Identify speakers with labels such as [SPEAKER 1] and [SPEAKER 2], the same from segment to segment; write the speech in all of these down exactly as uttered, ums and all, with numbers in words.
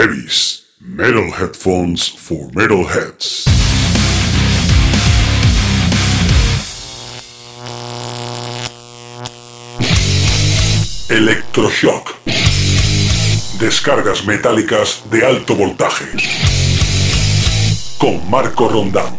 [SPEAKER 1] Heavies, Metal Headphones for Metalheads. Electroshock. Descargas metálicas de alto voltaje. Con Marco Rondán.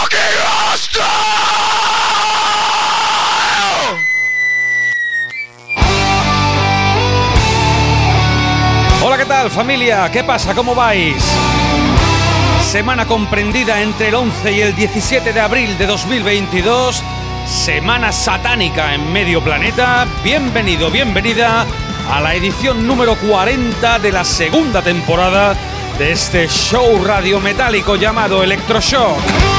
[SPEAKER 2] Hola, ¿qué tal, familia? ¿Qué pasa? ¿Cómo vais? Semana comprendida entre el once y el diecisiete de abril de dos mil veintidós. Semana satánica en medio planeta. Bienvenido, bienvenida a la edición número cuarenta de la segunda temporada de este show radio metálico llamado Electroshock.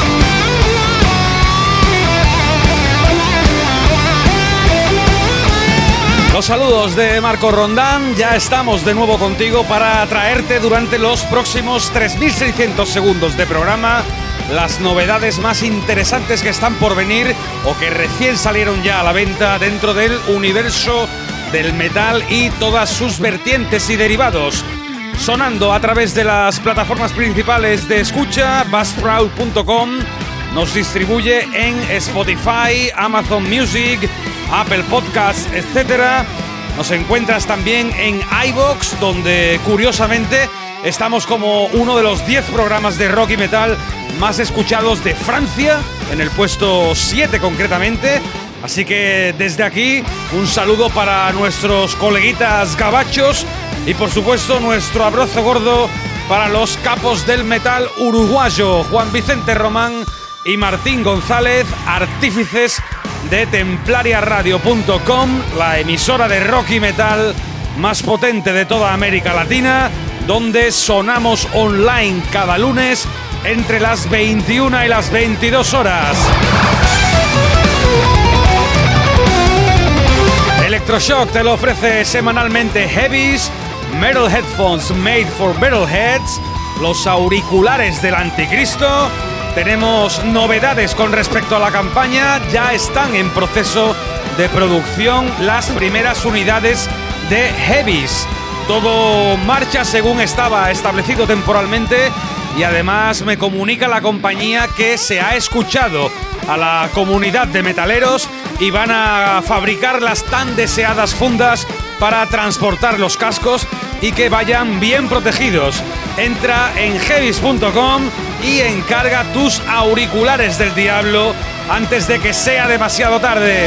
[SPEAKER 2] Los saludos de Marco Rondán, ya estamos de nuevo contigo para traerte durante los próximos tres mil seiscientos segundos de programa las novedades más interesantes que están por venir o que recién salieron ya a la venta dentro del universo del metal y todas sus vertientes y derivados. Sonando a través de las plataformas principales de escucha, buzzsprout punto com, nos distribuye en Spotify, Amazon Music, Apple Podcasts, etcétera. Nos encuentras también en iVoox, donde curiosamente estamos como uno de los diez programas de rock y metal más escuchados de Francia, en el puesto siete concretamente. Así que desde aquí un saludo para nuestros coleguitas gabachos y por supuesto nuestro abrazo gordo para los capos del metal uruguayo, Juan Vicente Román y Martín González, artífices de templaria radio punto com, la emisora de rock y metal más potente de toda América Latina, donde sonamos online cada lunes entre las veintiuna y las veintidós horas. Electroshock te lo ofrece semanalmente Heavies, Metal Headphones Made for Metalheads, los auriculares del anticristo. Tenemos novedades con respecto a la campaña, ya están en proceso de producción las primeras unidades de Heavies. Todo marcha según estaba establecido temporalmente y además me comunica la compañía que se ha escuchado a la comunidad de metaleros y van a fabricar las tan deseadas fundas para transportar los cascos y que vayan bien protegidos. Entra en heavies punto com y encarga tus auriculares del diablo antes de que sea demasiado tarde.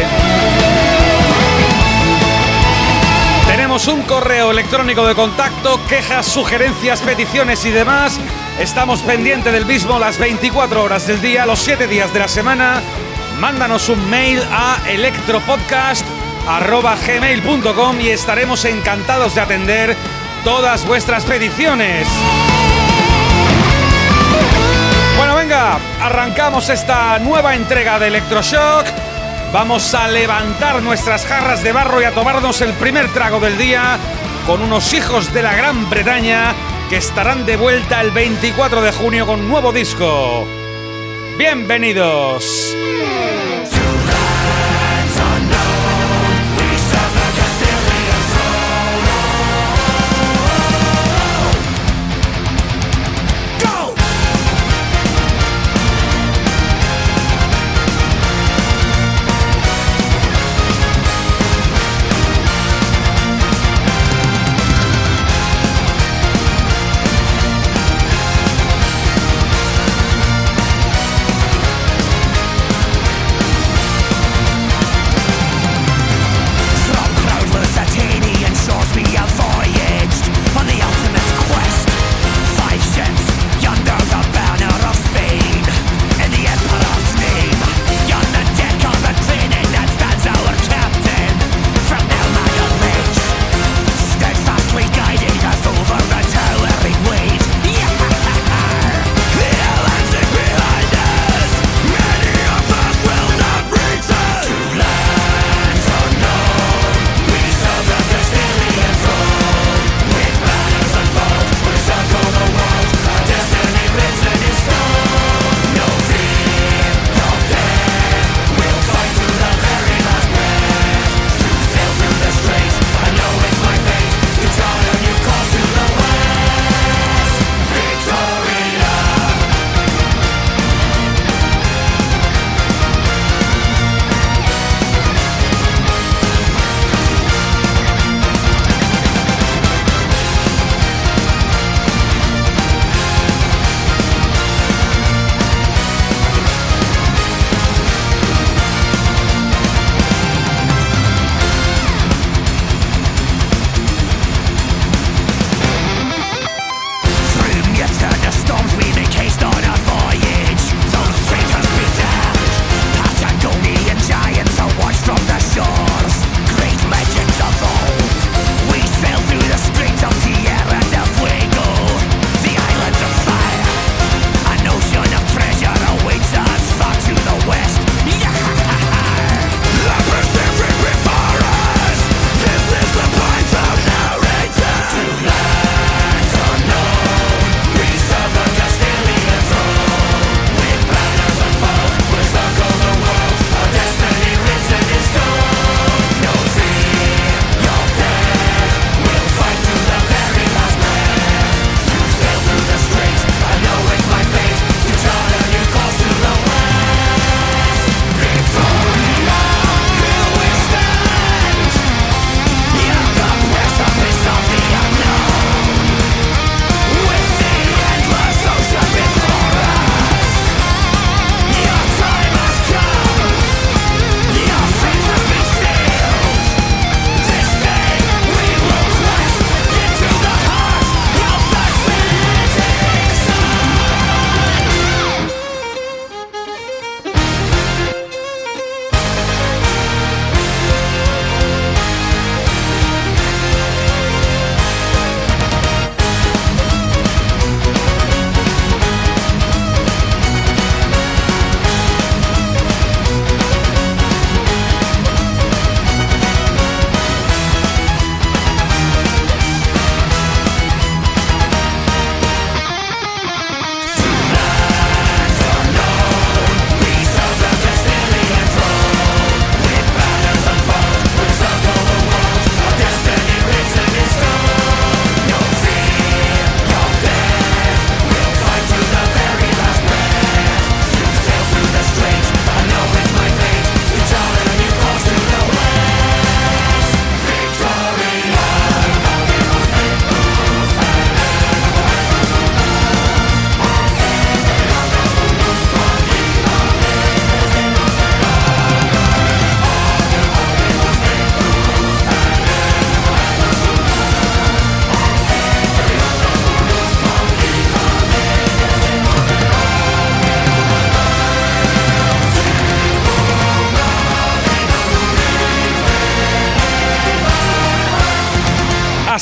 [SPEAKER 2] Tenemos un correo electrónico de contacto, quejas, sugerencias, peticiones y demás. Estamos pendientes del mismo las veinticuatro horas del día, los siete días de la semana. Mándanos un mail a electropodcast arroba gmail punto com y estaremos encantados de atender todas vuestras peticiones. Bueno, venga, arrancamos esta nueva entrega de Electroshock. Vamos a levantar nuestras jarras de barro y a tomarnos el primer trago del día con unos hijos de la Gran Bretaña que estarán de vuelta el veinticuatro de junio con nuevo disco. ¡Bienvenidos!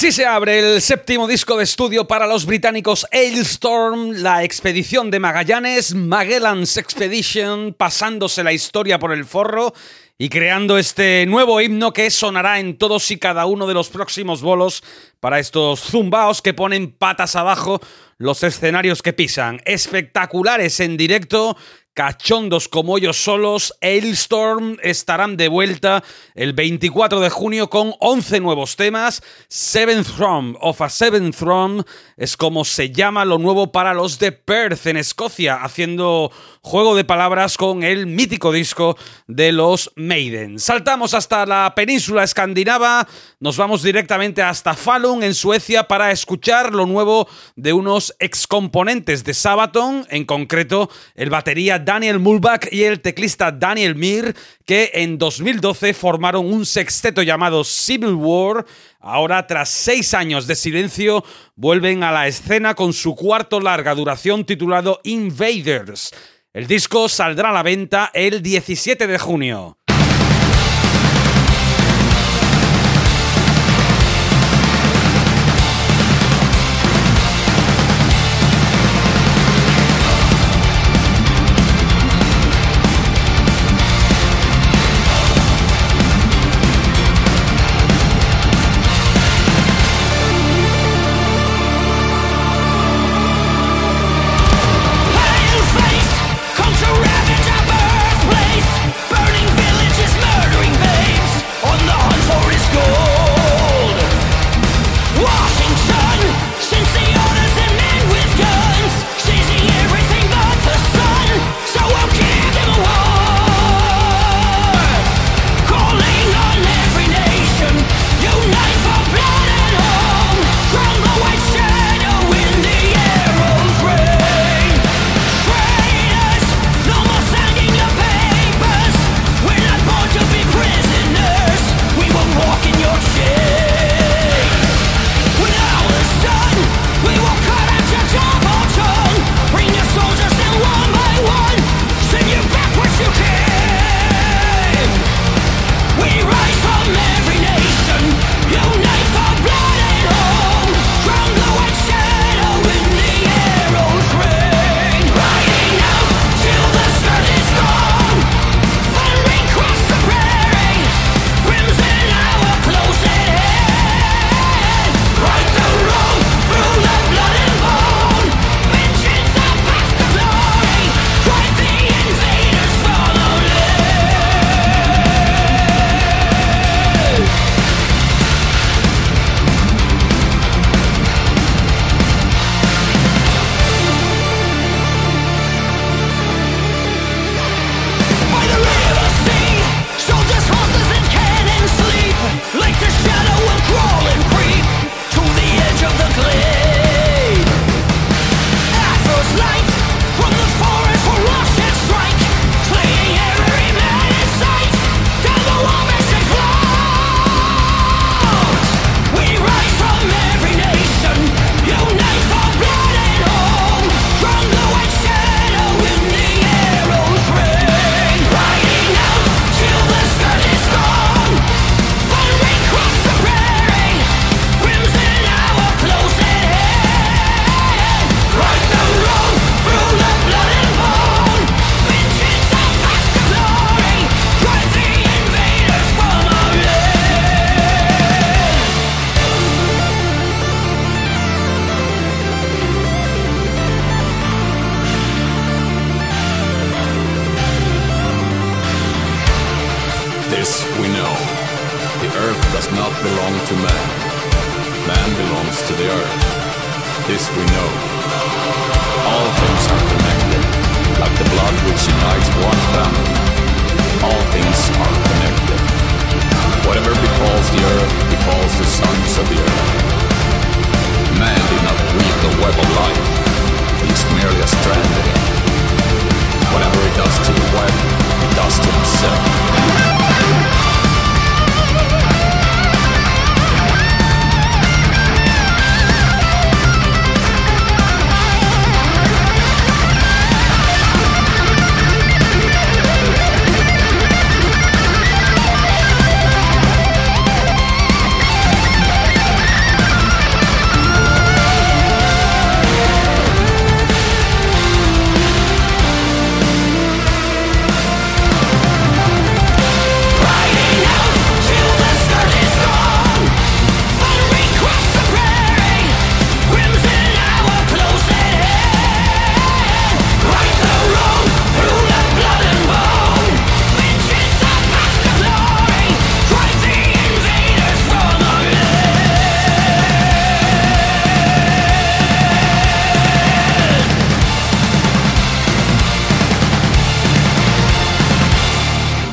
[SPEAKER 2] Así se abre el séptimo disco de estudio para los británicos Halestorm, la expedición de Magallanes, Magellan's Expedition, pasándose la historia por el forro y creando este nuevo himno que sonará en todos y cada uno de los próximos bolos para estos zumbaos que ponen patas abajo los escenarios que pisan. Espectaculares en directo, cachondos como ellos solos. Halestorm estarán de vuelta el veinticuatro de junio con once nuevos temas. Seventh From of a Seventh From es como se llama lo nuevo para los de Perth en Escocia, haciendo juego de palabras con el mítico disco de los Maiden. Saltamos hasta la península escandinava, nos vamos directamente hasta Falun en Suecia para escuchar lo nuevo de unos excomponentes de Sabaton, en concreto el batería Daniel Mulback y el teclista Daniel Mir, que en dos mil doce formaron un sexteto llamado Civil War. Ahora, tras seis años de silencio, vuelven a la escena con su cuarto larga duración titulado Invaders. El disco saldrá a la venta el diecisiete de junio.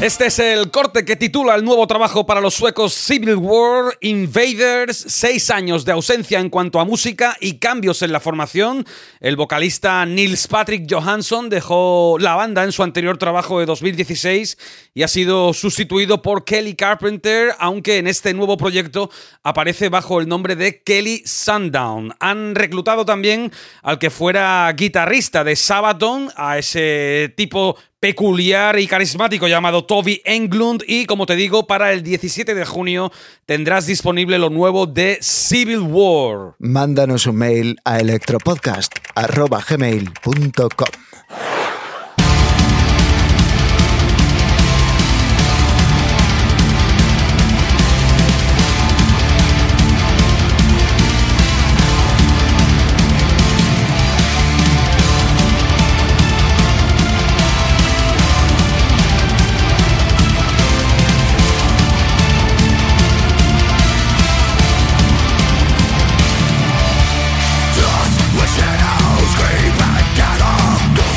[SPEAKER 2] Este es el corte que titula el nuevo trabajo para los suecos Civil War Invaders. Seis años de ausencia en cuanto a música y cambios en la formación. El vocalista Nils Patrick Johansson dejó la banda en su anterior trabajo de dos mil dieciséis y ha sido sustituido por Kelly Carpenter, aunque en este nuevo proyecto aparece bajo el nombre de Kelly Sundown. Han reclutado también al que fuera guitarrista de Sabaton, a ese tipo peculiar y carismático llamado Toby Englund, y como te digo, para el diecisiete de junio tendrás disponible lo nuevo de Civil War.
[SPEAKER 3] Mándanos un mail a electropodcast arroba gmail punto com.
[SPEAKER 4] Shadows creep and gather.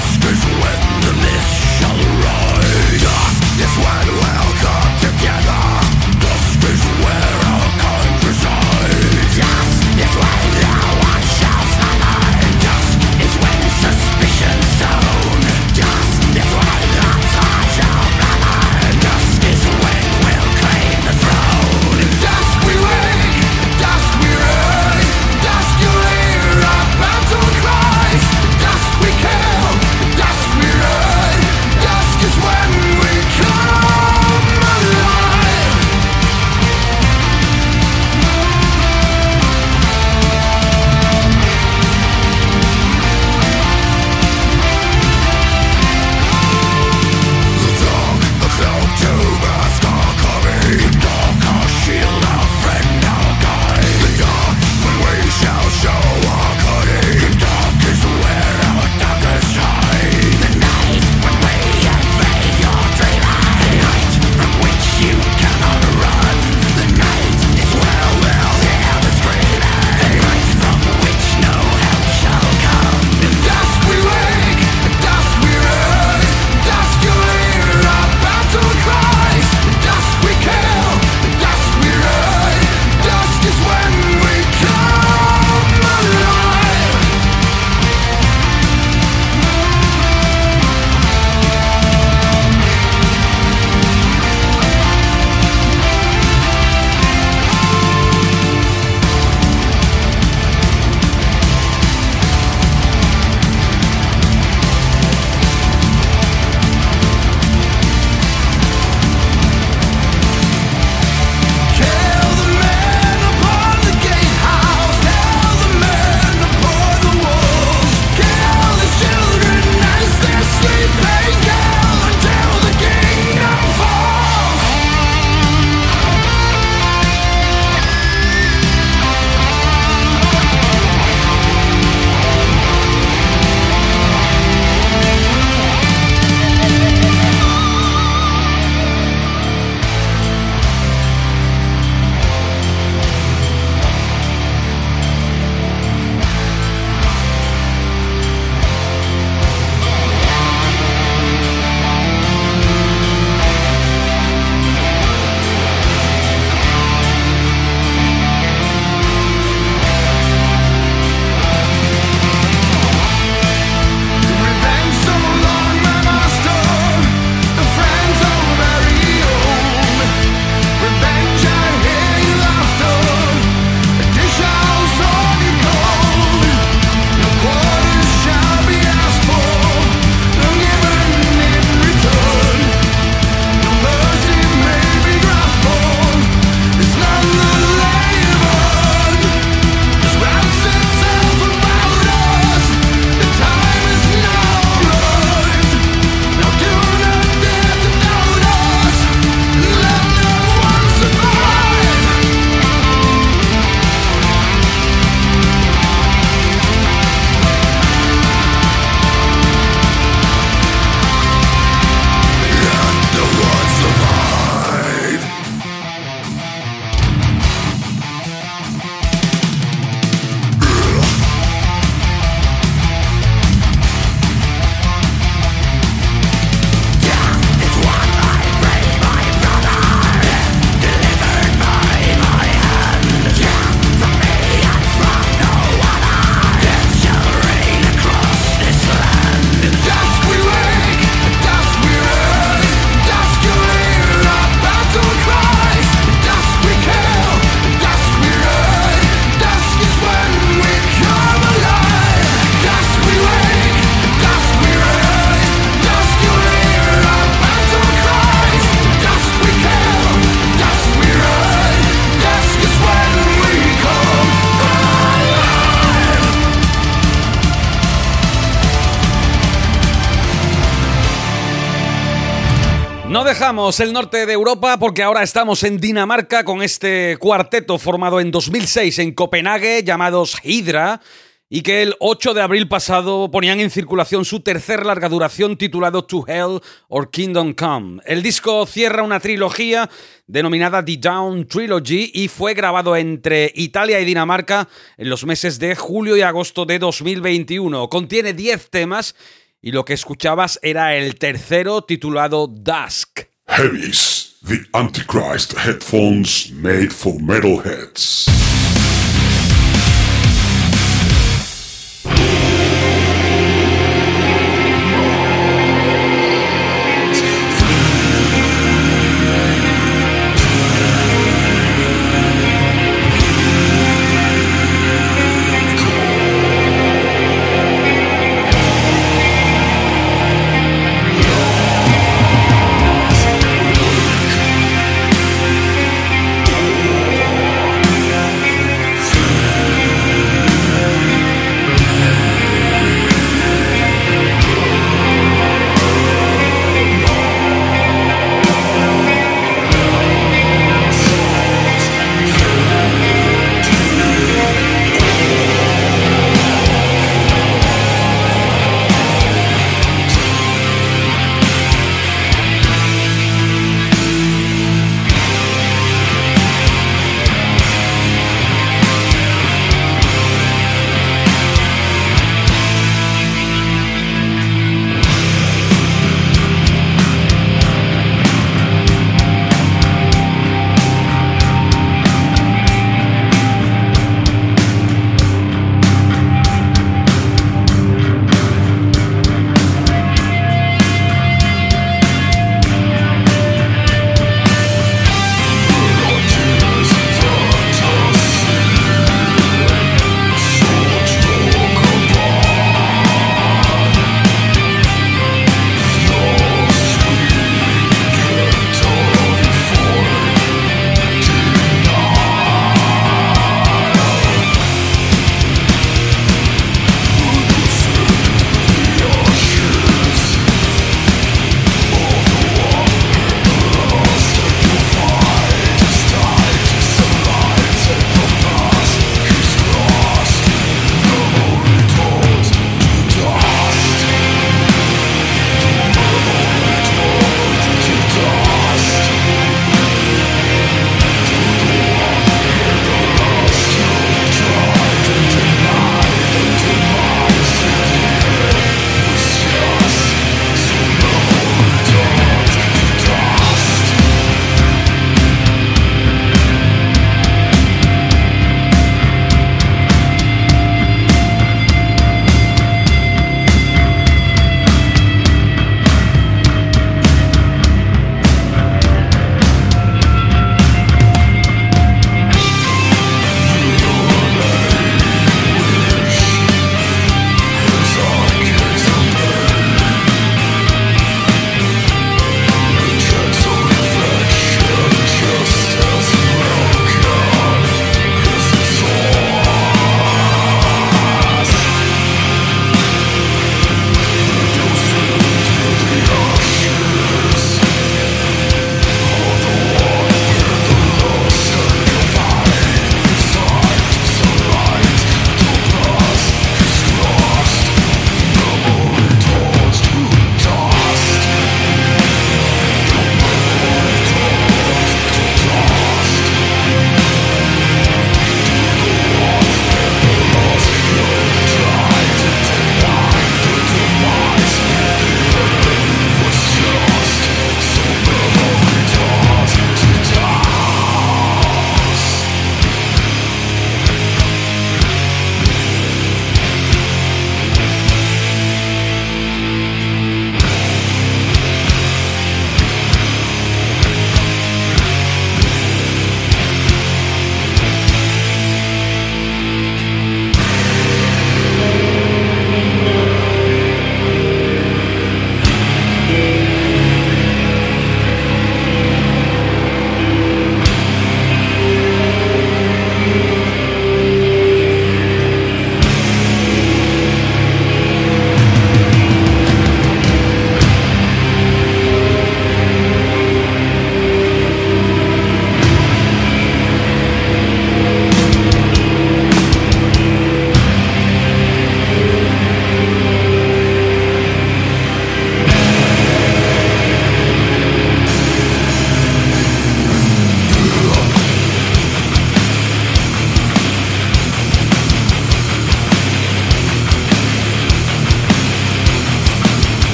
[SPEAKER 2] No dejamos el norte de Europa porque ahora estamos en Dinamarca con este cuarteto formado en dos mil seis en Copenhague llamados Hydra y que el ocho de abril pasado ponían en circulación su tercer larga duración titulado To Hell or Kingdom Come. El disco cierra una trilogía denominada The Down Trilogy y fue grabado entre Italia y Dinamarca en los meses de julio y agosto de dos mil veintiuno. Contiene diez temas y lo que escuchabas era el tercero titulado Dusk.
[SPEAKER 1] Heavies, the Antichrist headphones made for metalheads.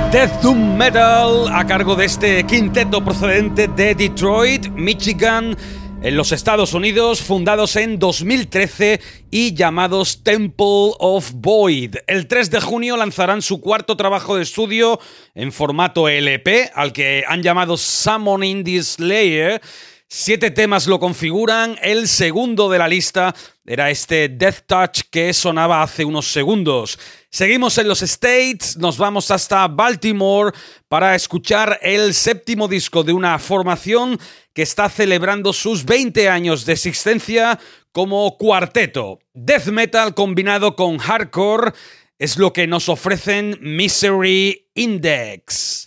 [SPEAKER 2] Death Doom Metal a cargo de este quinteto procedente de Detroit, Michigan, en los Estados Unidos, fundados en dos mil trece y llamados Temple of Void. El tres de junio lanzarán su cuarto trabajo de estudio en formato L P, al que han llamado Summoning the Slayer. Siete temas lo configuran, el segundo de la lista era este Death Touch que sonaba hace unos segundos. Seguimos en los States, nos vamos hasta Baltimore para escuchar el séptimo disco de una formación que está celebrando sus veinte años de existencia como cuarteto. Death metal combinado con hardcore es lo que nos ofrecen Misery Index.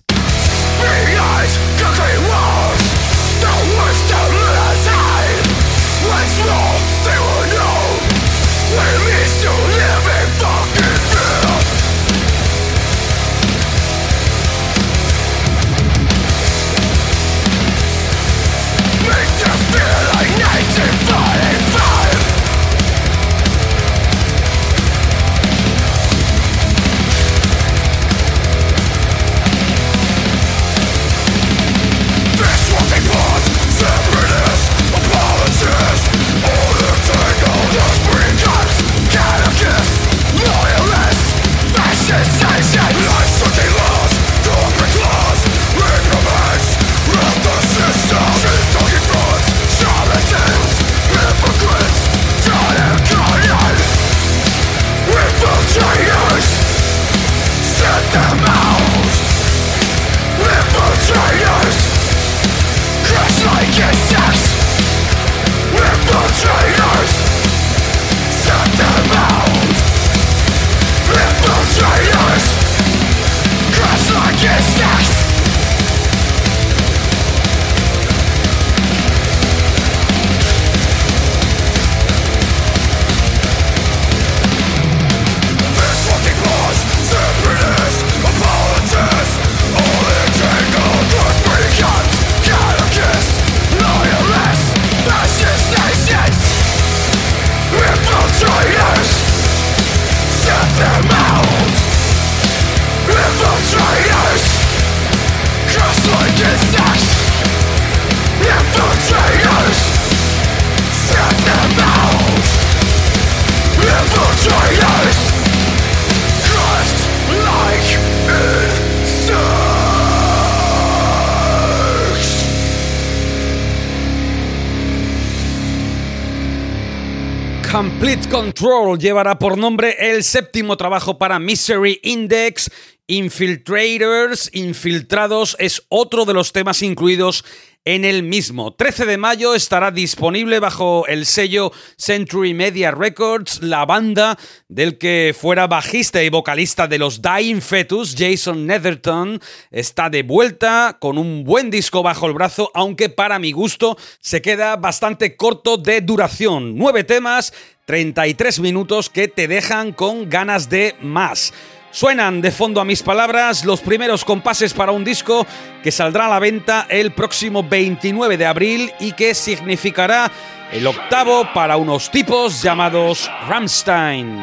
[SPEAKER 2] Complete Control llevará por nombre el séptimo trabajo para Misery Index. Infiltrators, Infiltrados, es otro de los temas incluidos en el mismo. trece de mayo estará disponible bajo el sello Century Media Records. La banda del que fuera bajista y vocalista de los Dying Fetus, Jason Netherton, está de vuelta con un buen disco bajo el brazo, aunque para mi gusto se queda bastante corto de duración. Nueve temas, treinta y tres minutos que te dejan con ganas de más. Suenan de fondo a mis palabras los primeros compases para un disco que saldrá a la venta el próximo veintinueve de abril y que significará el octavo para unos tipos llamados Rammstein.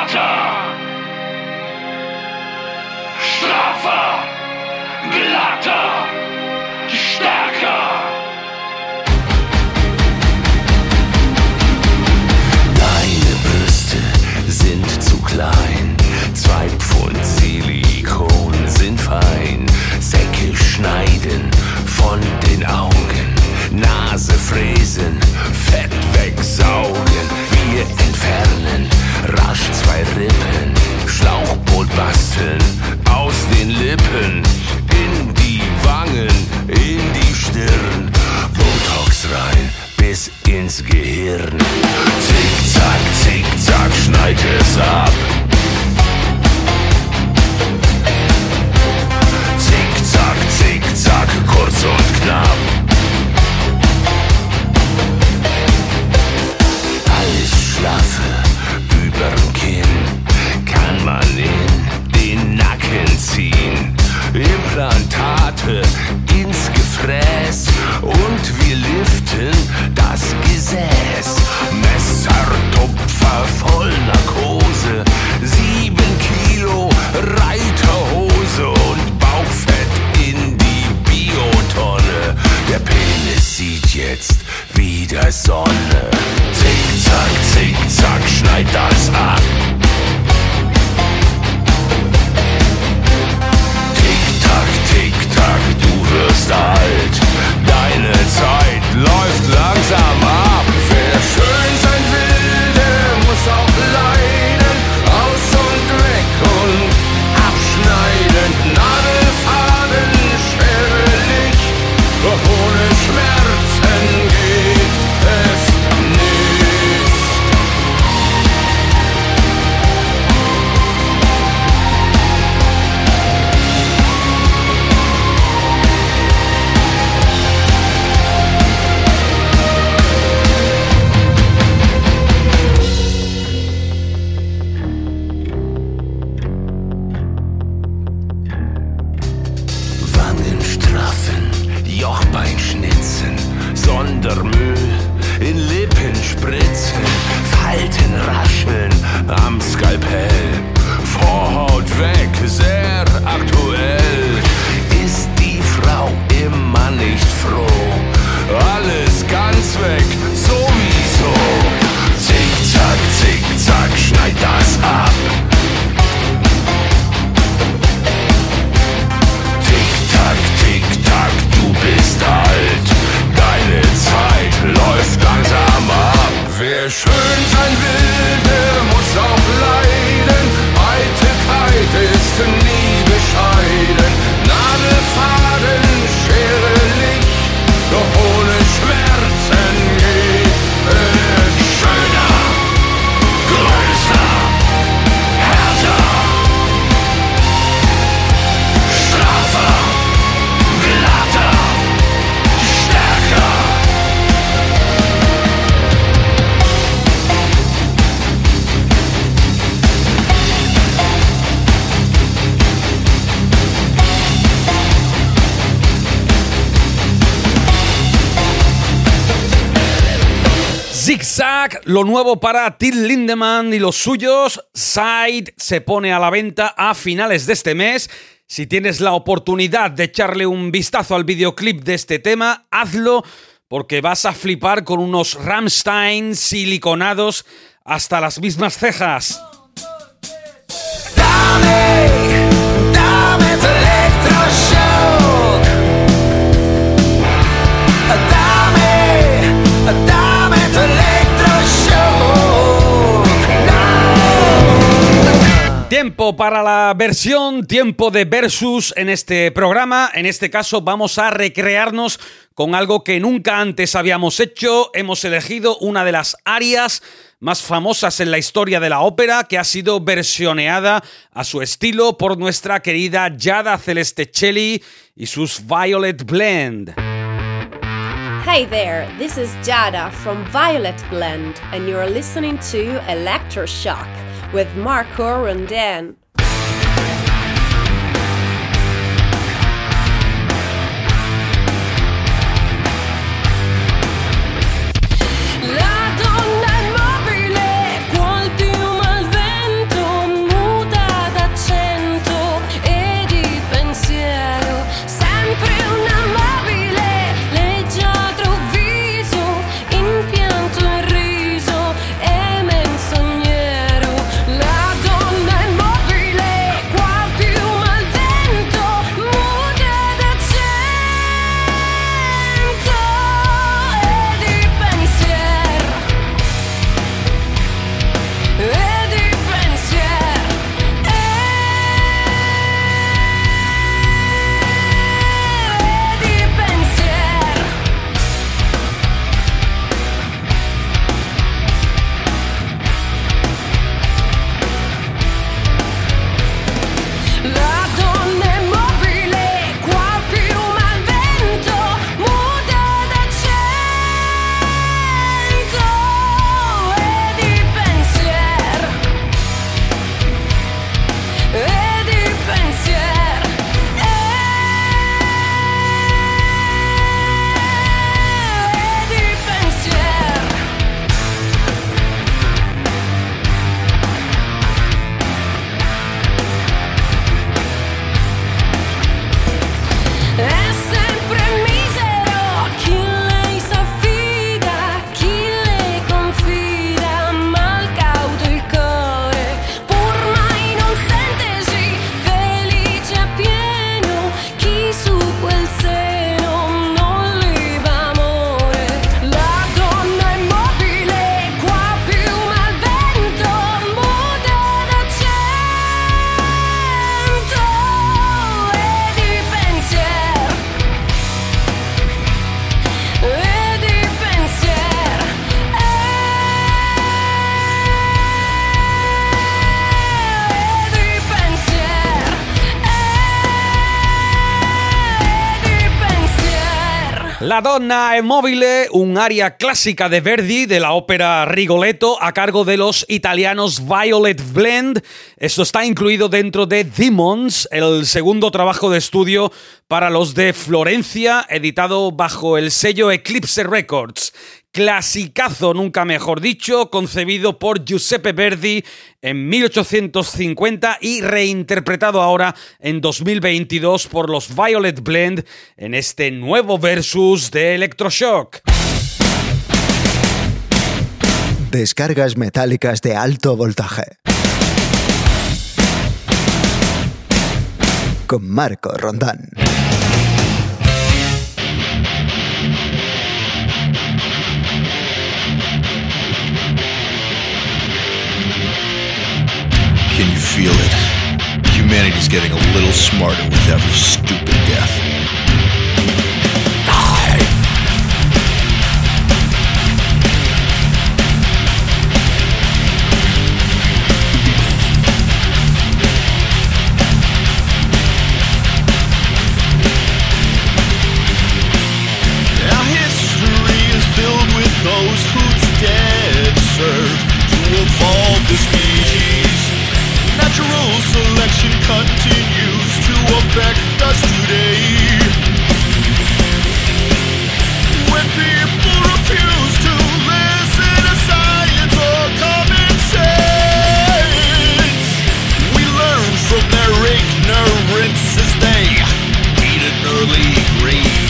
[SPEAKER 4] Deine Brüste sind zu klein. Zwei Pfund Silikon sind fein. Säcke schneiden von den Augen. Nase fräsen, Fett wegsaugen. Wir entfernen rasch zwei Rippen. Schlauchboot basteln aus den Lippen. In die Wangen, in die Stirn. Botox rein bis ins Gehirn. Zick-Zack, Zick-Zack, schneid es ab. Zick-Zack, Zick-Zack, kurz und knapp. Alles Schlaffe überm Kinn kann man in den Nacken ziehen. Implantate ins Gefräß und wir liften das Gesäß. Messertupfer voll Narkose, sieben Kilo Reiterhose und Bauch. Sonne. Zickzack, zickzack, schneid das ab. Tick-Tack, Tick-Tack, du wirst alt. Deine Zeit läuft langsam ab. Wer schön sein will, der muss auch leiden. Aus und weg und abschneiden. Nadelfaden, Schere, Licht. Doch ohne Schmerzen geht es nicht. Wangen straffen, Jochbein schnitzen, Sondermüll in Lippen spritzen, Falten rascheln am Skalpell, Vorhaut weg, sehr aktuell. Ist die Frau immer nicht froh? Alles ganz weg, sowieso. Zickzack, zickzack, schneid das ab. Tick-Tack, Tick-Tack, du bist alt. Deine Zeit läuft langsam ab. Wer schön sein will, der muss auch leiden. Eitelkeit ist nie bescheiden. Nadelfaden, Schere, Licht. Doch ohne Schmerzen geht es schöner, größer, härter, straffer, glatter, stärker.
[SPEAKER 2] Zigzag, lo nuevo para Till Lindemann y los suyos. Side se pone a la venta a finales de este mes. Si tienes la oportunidad de echarle un vistazo al videoclip de este tema, hazlo, porque vas a flipar con unos Rammstein siliconados hasta las mismas cejas.
[SPEAKER 4] Dame, dame tu electroshock. Dame, dame tu electroshock. No.
[SPEAKER 2] Tiempo para la versión, tiempo de versus en este programa. En este caso vamos a recrearnos con algo que nunca antes habíamos hecho. Hemos elegido una de las arias más famosas en la historia de la ópera, que ha sido versioneada a su estilo por nuestra querida Giada Celestecelli y sus Violet Blend.
[SPEAKER 5] Hey there, this is Giada from Violet Blend, and you're listening to Electroshock with Marco Rondán.
[SPEAKER 6] La donna immobile
[SPEAKER 2] La Donna è mobile, un aria clásica de Verdi de la ópera Rigoletto a cargo de los italianos Violet Blend. Esto está incluido dentro de Demons, el segundo trabajo de estudio para los de Florencia, editado bajo el sello Eclipse Records. Clasicazo, nunca mejor dicho, concebido por Giuseppe Verdi en mil ochocientos cincuenta y reinterpretado ahora en dos mil veintidós por los Violet Blend en este nuevo versus de Electroshock.
[SPEAKER 3] Descargas metálicas de alto voltaje. Con Marco Rondán.
[SPEAKER 6] Can you feel it? Humanity's getting a little smarter with every stupid death. Die! Our history is filled with those whose dead served to evolve the species. Natural selection continues to affect us today. When people refuse to listen to science or common sense, we learn from their ignorance as they eat an early grave.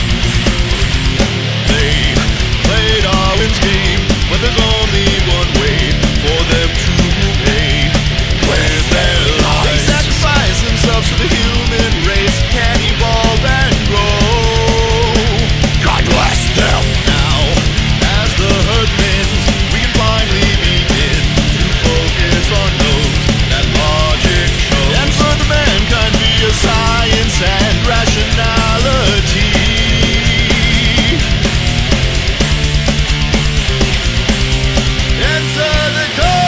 [SPEAKER 6] They play Darwin's game, but there's only one way for them to pay. With their lives, they sacrifice themselves for the human race can evolve and grow. God bless them. Now, as the herd thins, we can finally begin to focus on those that logic shows. And further mankind via science and rationality. Enter the calling.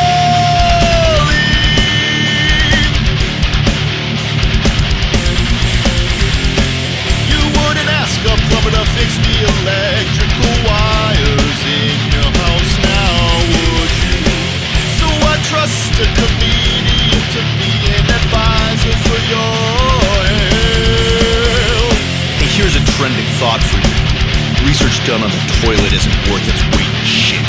[SPEAKER 6] You wouldn't ask a plumber to fix the electrical wires in your house now, would you? So I trust a comedian to be an advisor for your help. Hey, here's a trending thought for you. Research done on the toilet isn't worth its weight in shit.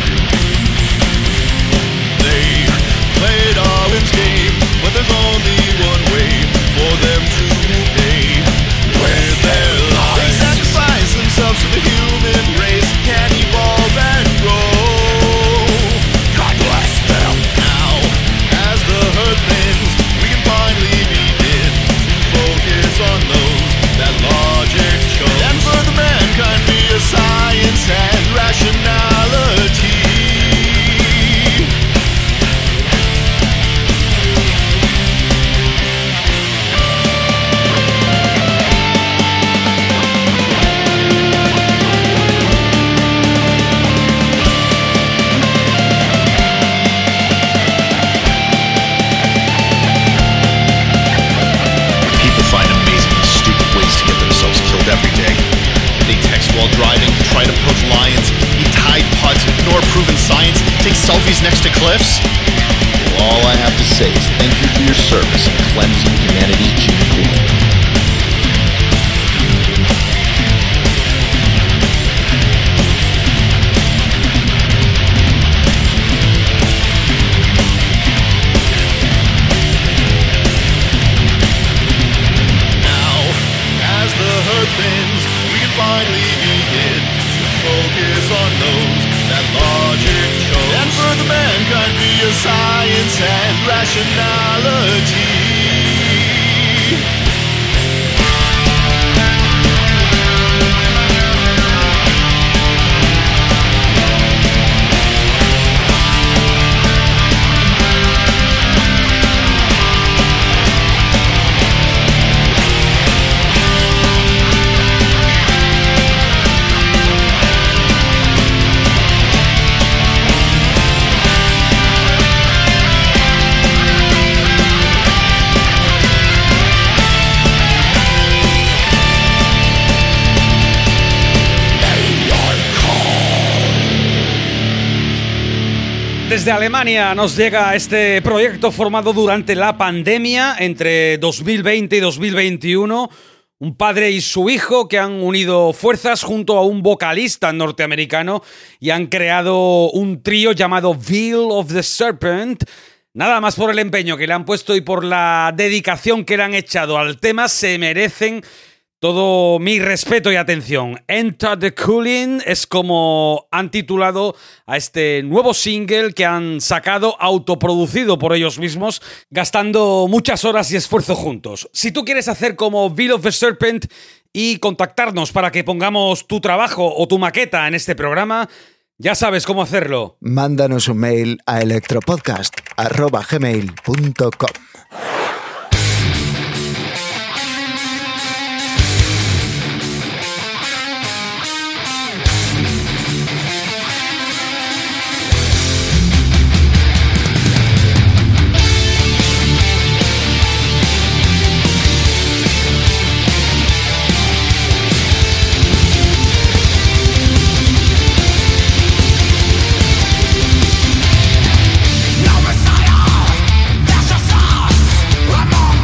[SPEAKER 6] They play Darwin's game, but there's only one way for them to pay. With their lives, they sacrifice themselves for the human race can evolve and grow. God bless them. Now, as the herd thins, we can finally begin to focus on those that logic shows. And further mankind via science and rationality. Every day. They text while driving, try to poke lions, eat Tide Pods, ignore proven science, take selfies next to cliffs. Well, all I have to say is thank you for your service in cleansing humanity's gene pool. Things, we can finally begin to focus on those that logic shows. And further mankind via science and rationality.
[SPEAKER 2] Desde Alemania nos llega este proyecto formado durante la pandemia entre dos mil veinte y dos mil veintiuno. Un padre y su hijo que han unido fuerzas junto a un vocalista norteamericano y han creado un trío llamado Veil of the Serpent. Nada más por el empeño que le han puesto y por la dedicación que le han echado al tema, se merecen todo mi respeto y atención. Enter the Cooling es como han titulado a este nuevo single que han sacado autoproducido por ellos mismos, gastando muchas horas y esfuerzo juntos. Si tú quieres hacer como Veil of the Serpent y contactarnos para que pongamos tu trabajo o tu maqueta en este programa, ya sabes cómo hacerlo.
[SPEAKER 3] Mándanos un mail a electropodcast arroba gmail punto com.
[SPEAKER 4] No Messiah, that's a sauce.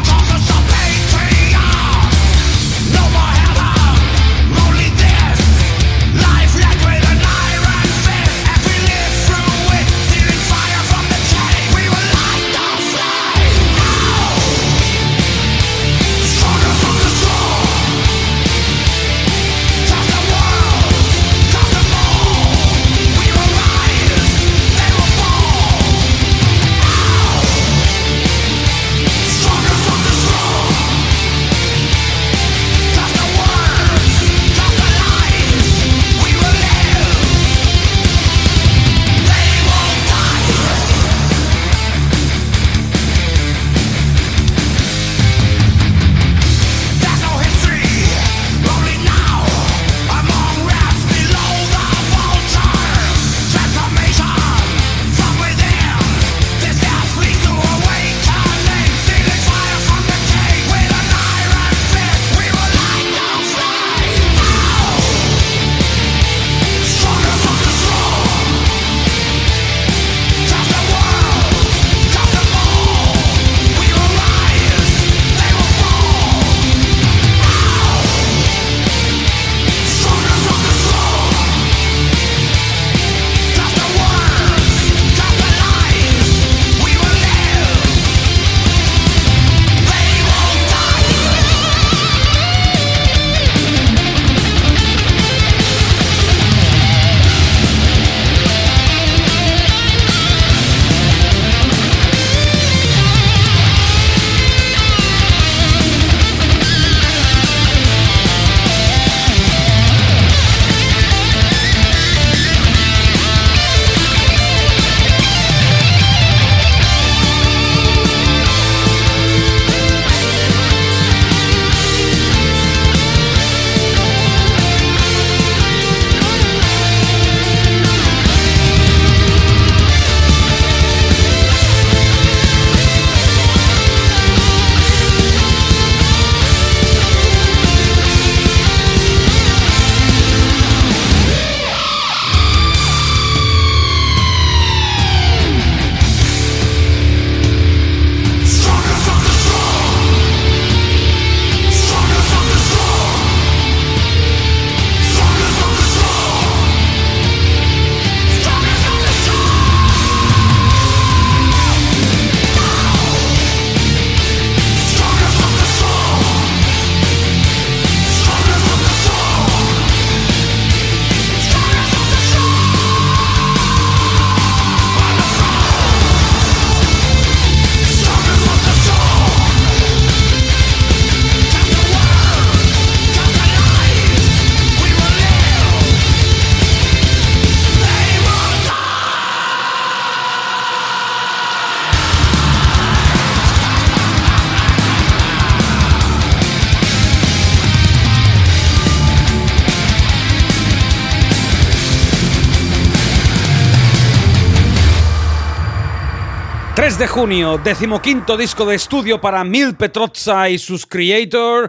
[SPEAKER 2] tres de junio, decimoquinto disco de estudio para Mil Petrozza y sus Creator,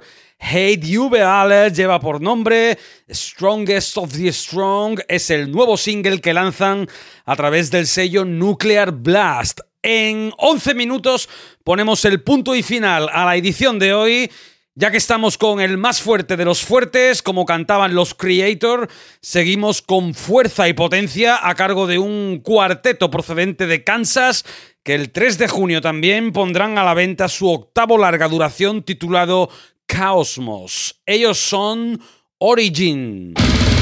[SPEAKER 2] Hate Überall lleva por nombre Strongest of the Strong, es el nuevo single que lanzan a través del sello Nuclear Blast. En once minutos ponemos el punto y final a la edición de hoy. Ya que estamos con el más fuerte de los fuertes, como cantaban los Creator, seguimos con fuerza y potencia a cargo de un cuarteto procedente de Kansas, que el tres de junio también pondrán a la venta su octavo larga duración titulado Cosmos. Ellos son Origin.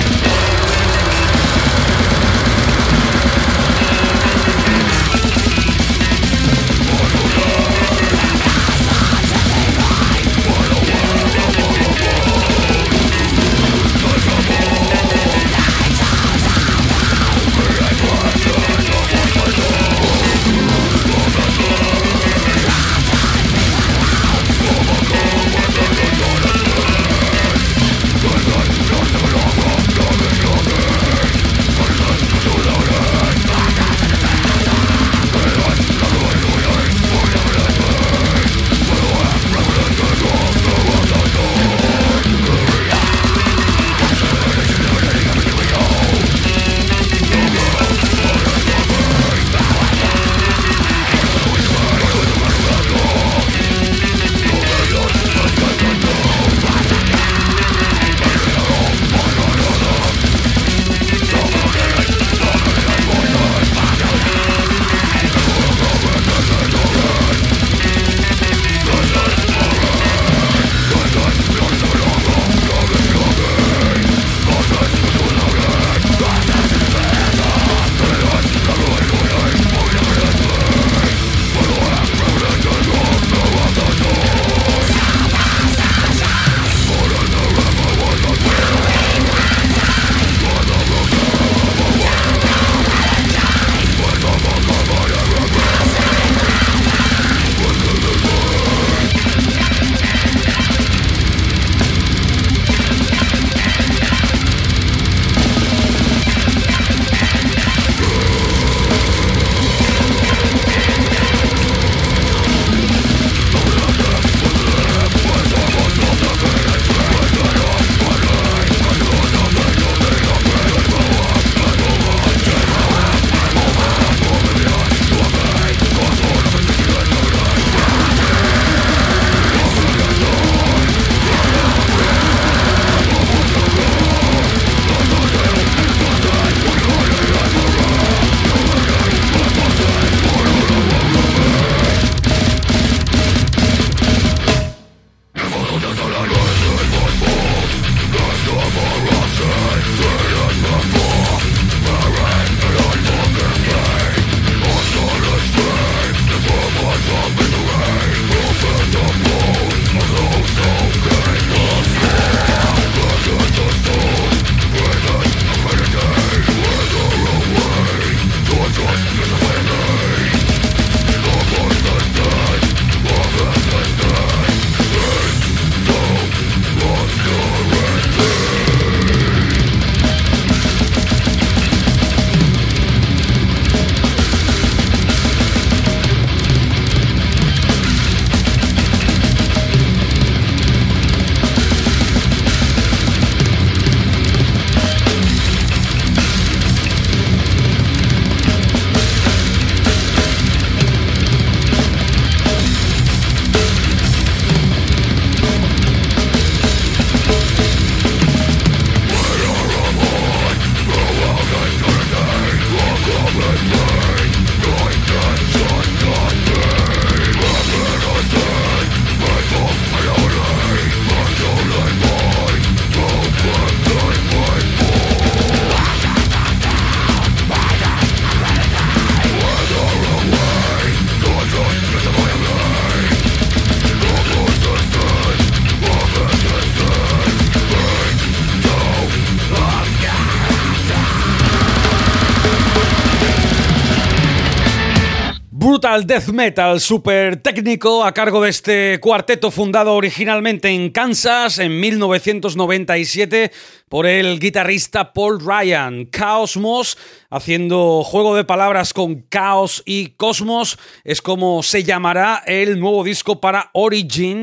[SPEAKER 2] brutal death metal super técnico a cargo de este cuarteto fundado originalmente en Kansas en mil novecientos noventa y siete por el guitarrista Paul Ryan. Cosmos, haciendo juego de palabras con caos y cosmos, es como se llamará el nuevo disco para Origin,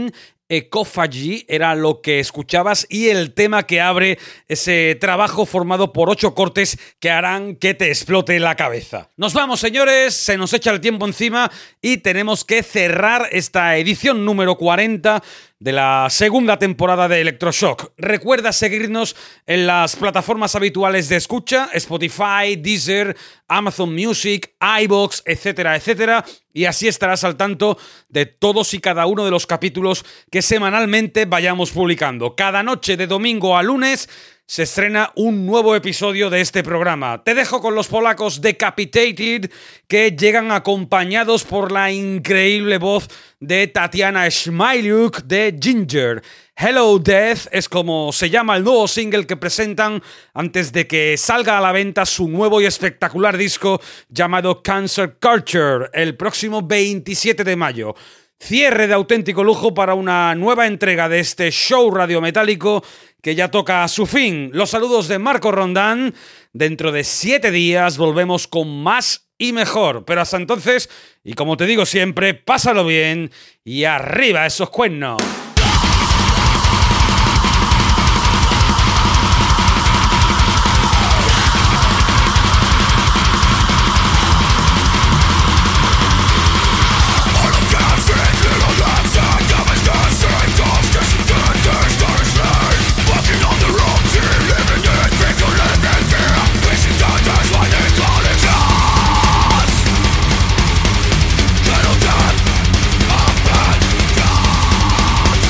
[SPEAKER 2] Ecophagy era lo que escuchabas y el tema que abre ese trabajo formado por ocho cortes que harán que te explote la cabeza. Nos vamos, señores, se nos echa el tiempo encima y tenemos que cerrar esta edición número cuarenta de la segunda temporada de Electroshock. Recuerda seguirnos en las plataformas habituales de escucha, Spotify, Deezer, Amazon Music, iVoox, etcétera, etcétera, y así estarás al tanto de todos y cada uno de los capítulos que semanalmente vayamos publicando. Cada noche de domingo a lunes se estrena un nuevo episodio de este programa. Te dejo con los polacos Decapitated, que llegan acompañados por la increíble voz de Tatiana Smyliuk de Ginger. Hello Death es como se llama el nuevo single que presentan antes de que salga a la venta su nuevo y espectacular disco llamado Cancer Culture el próximo veintisiete de mayo. Cierre de auténtico lujo para una nueva entrega de este show radiometálico que ya toca a su fin. Los saludos de Marco Rondán. Dentro de siete días volvemos con más y mejor. Pero hasta entonces, y como te digo siempre, pásalo bien y arriba esos cuernos.
[SPEAKER 4] Little death, a bad God.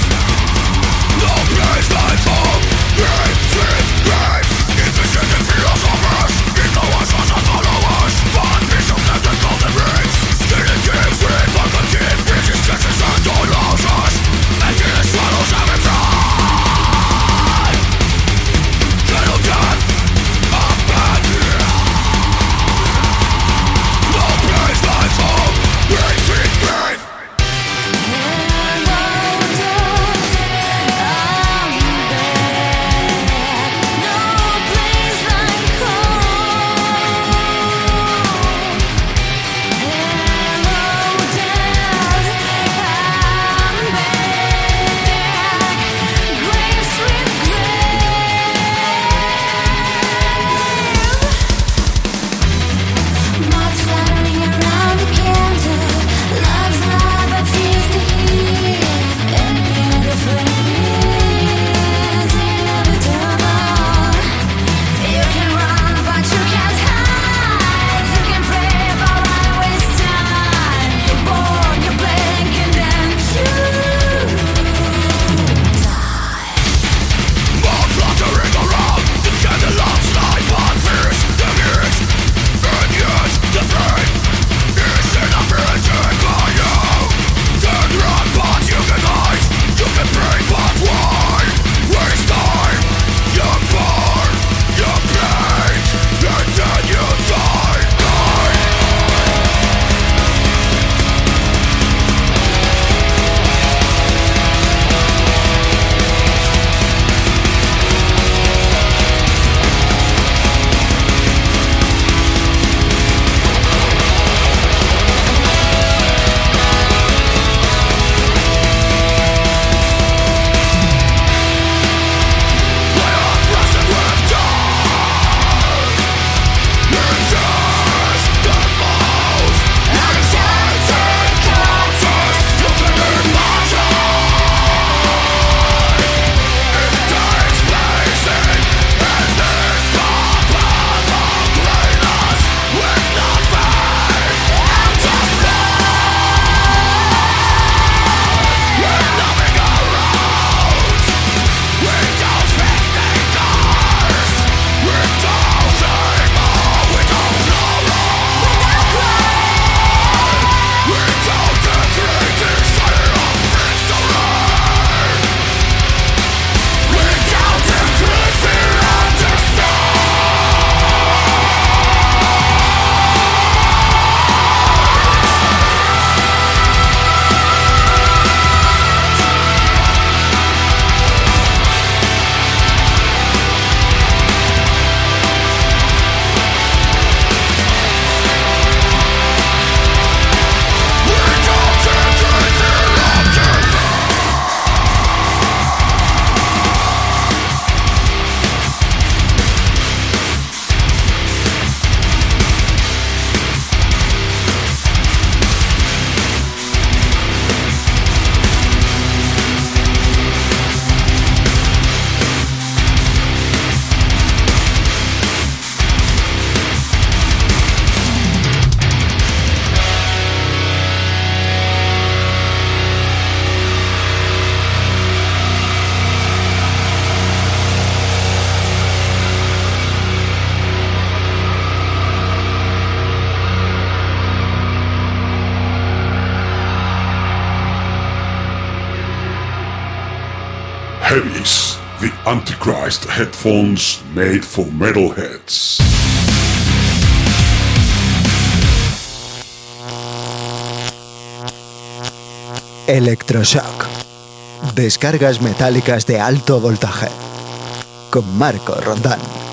[SPEAKER 1] Heavies, the Antichrist headphones made for metalheads.
[SPEAKER 3] Electroshock. Descargas metálicas de alto voltaje. Con Marco Rondán.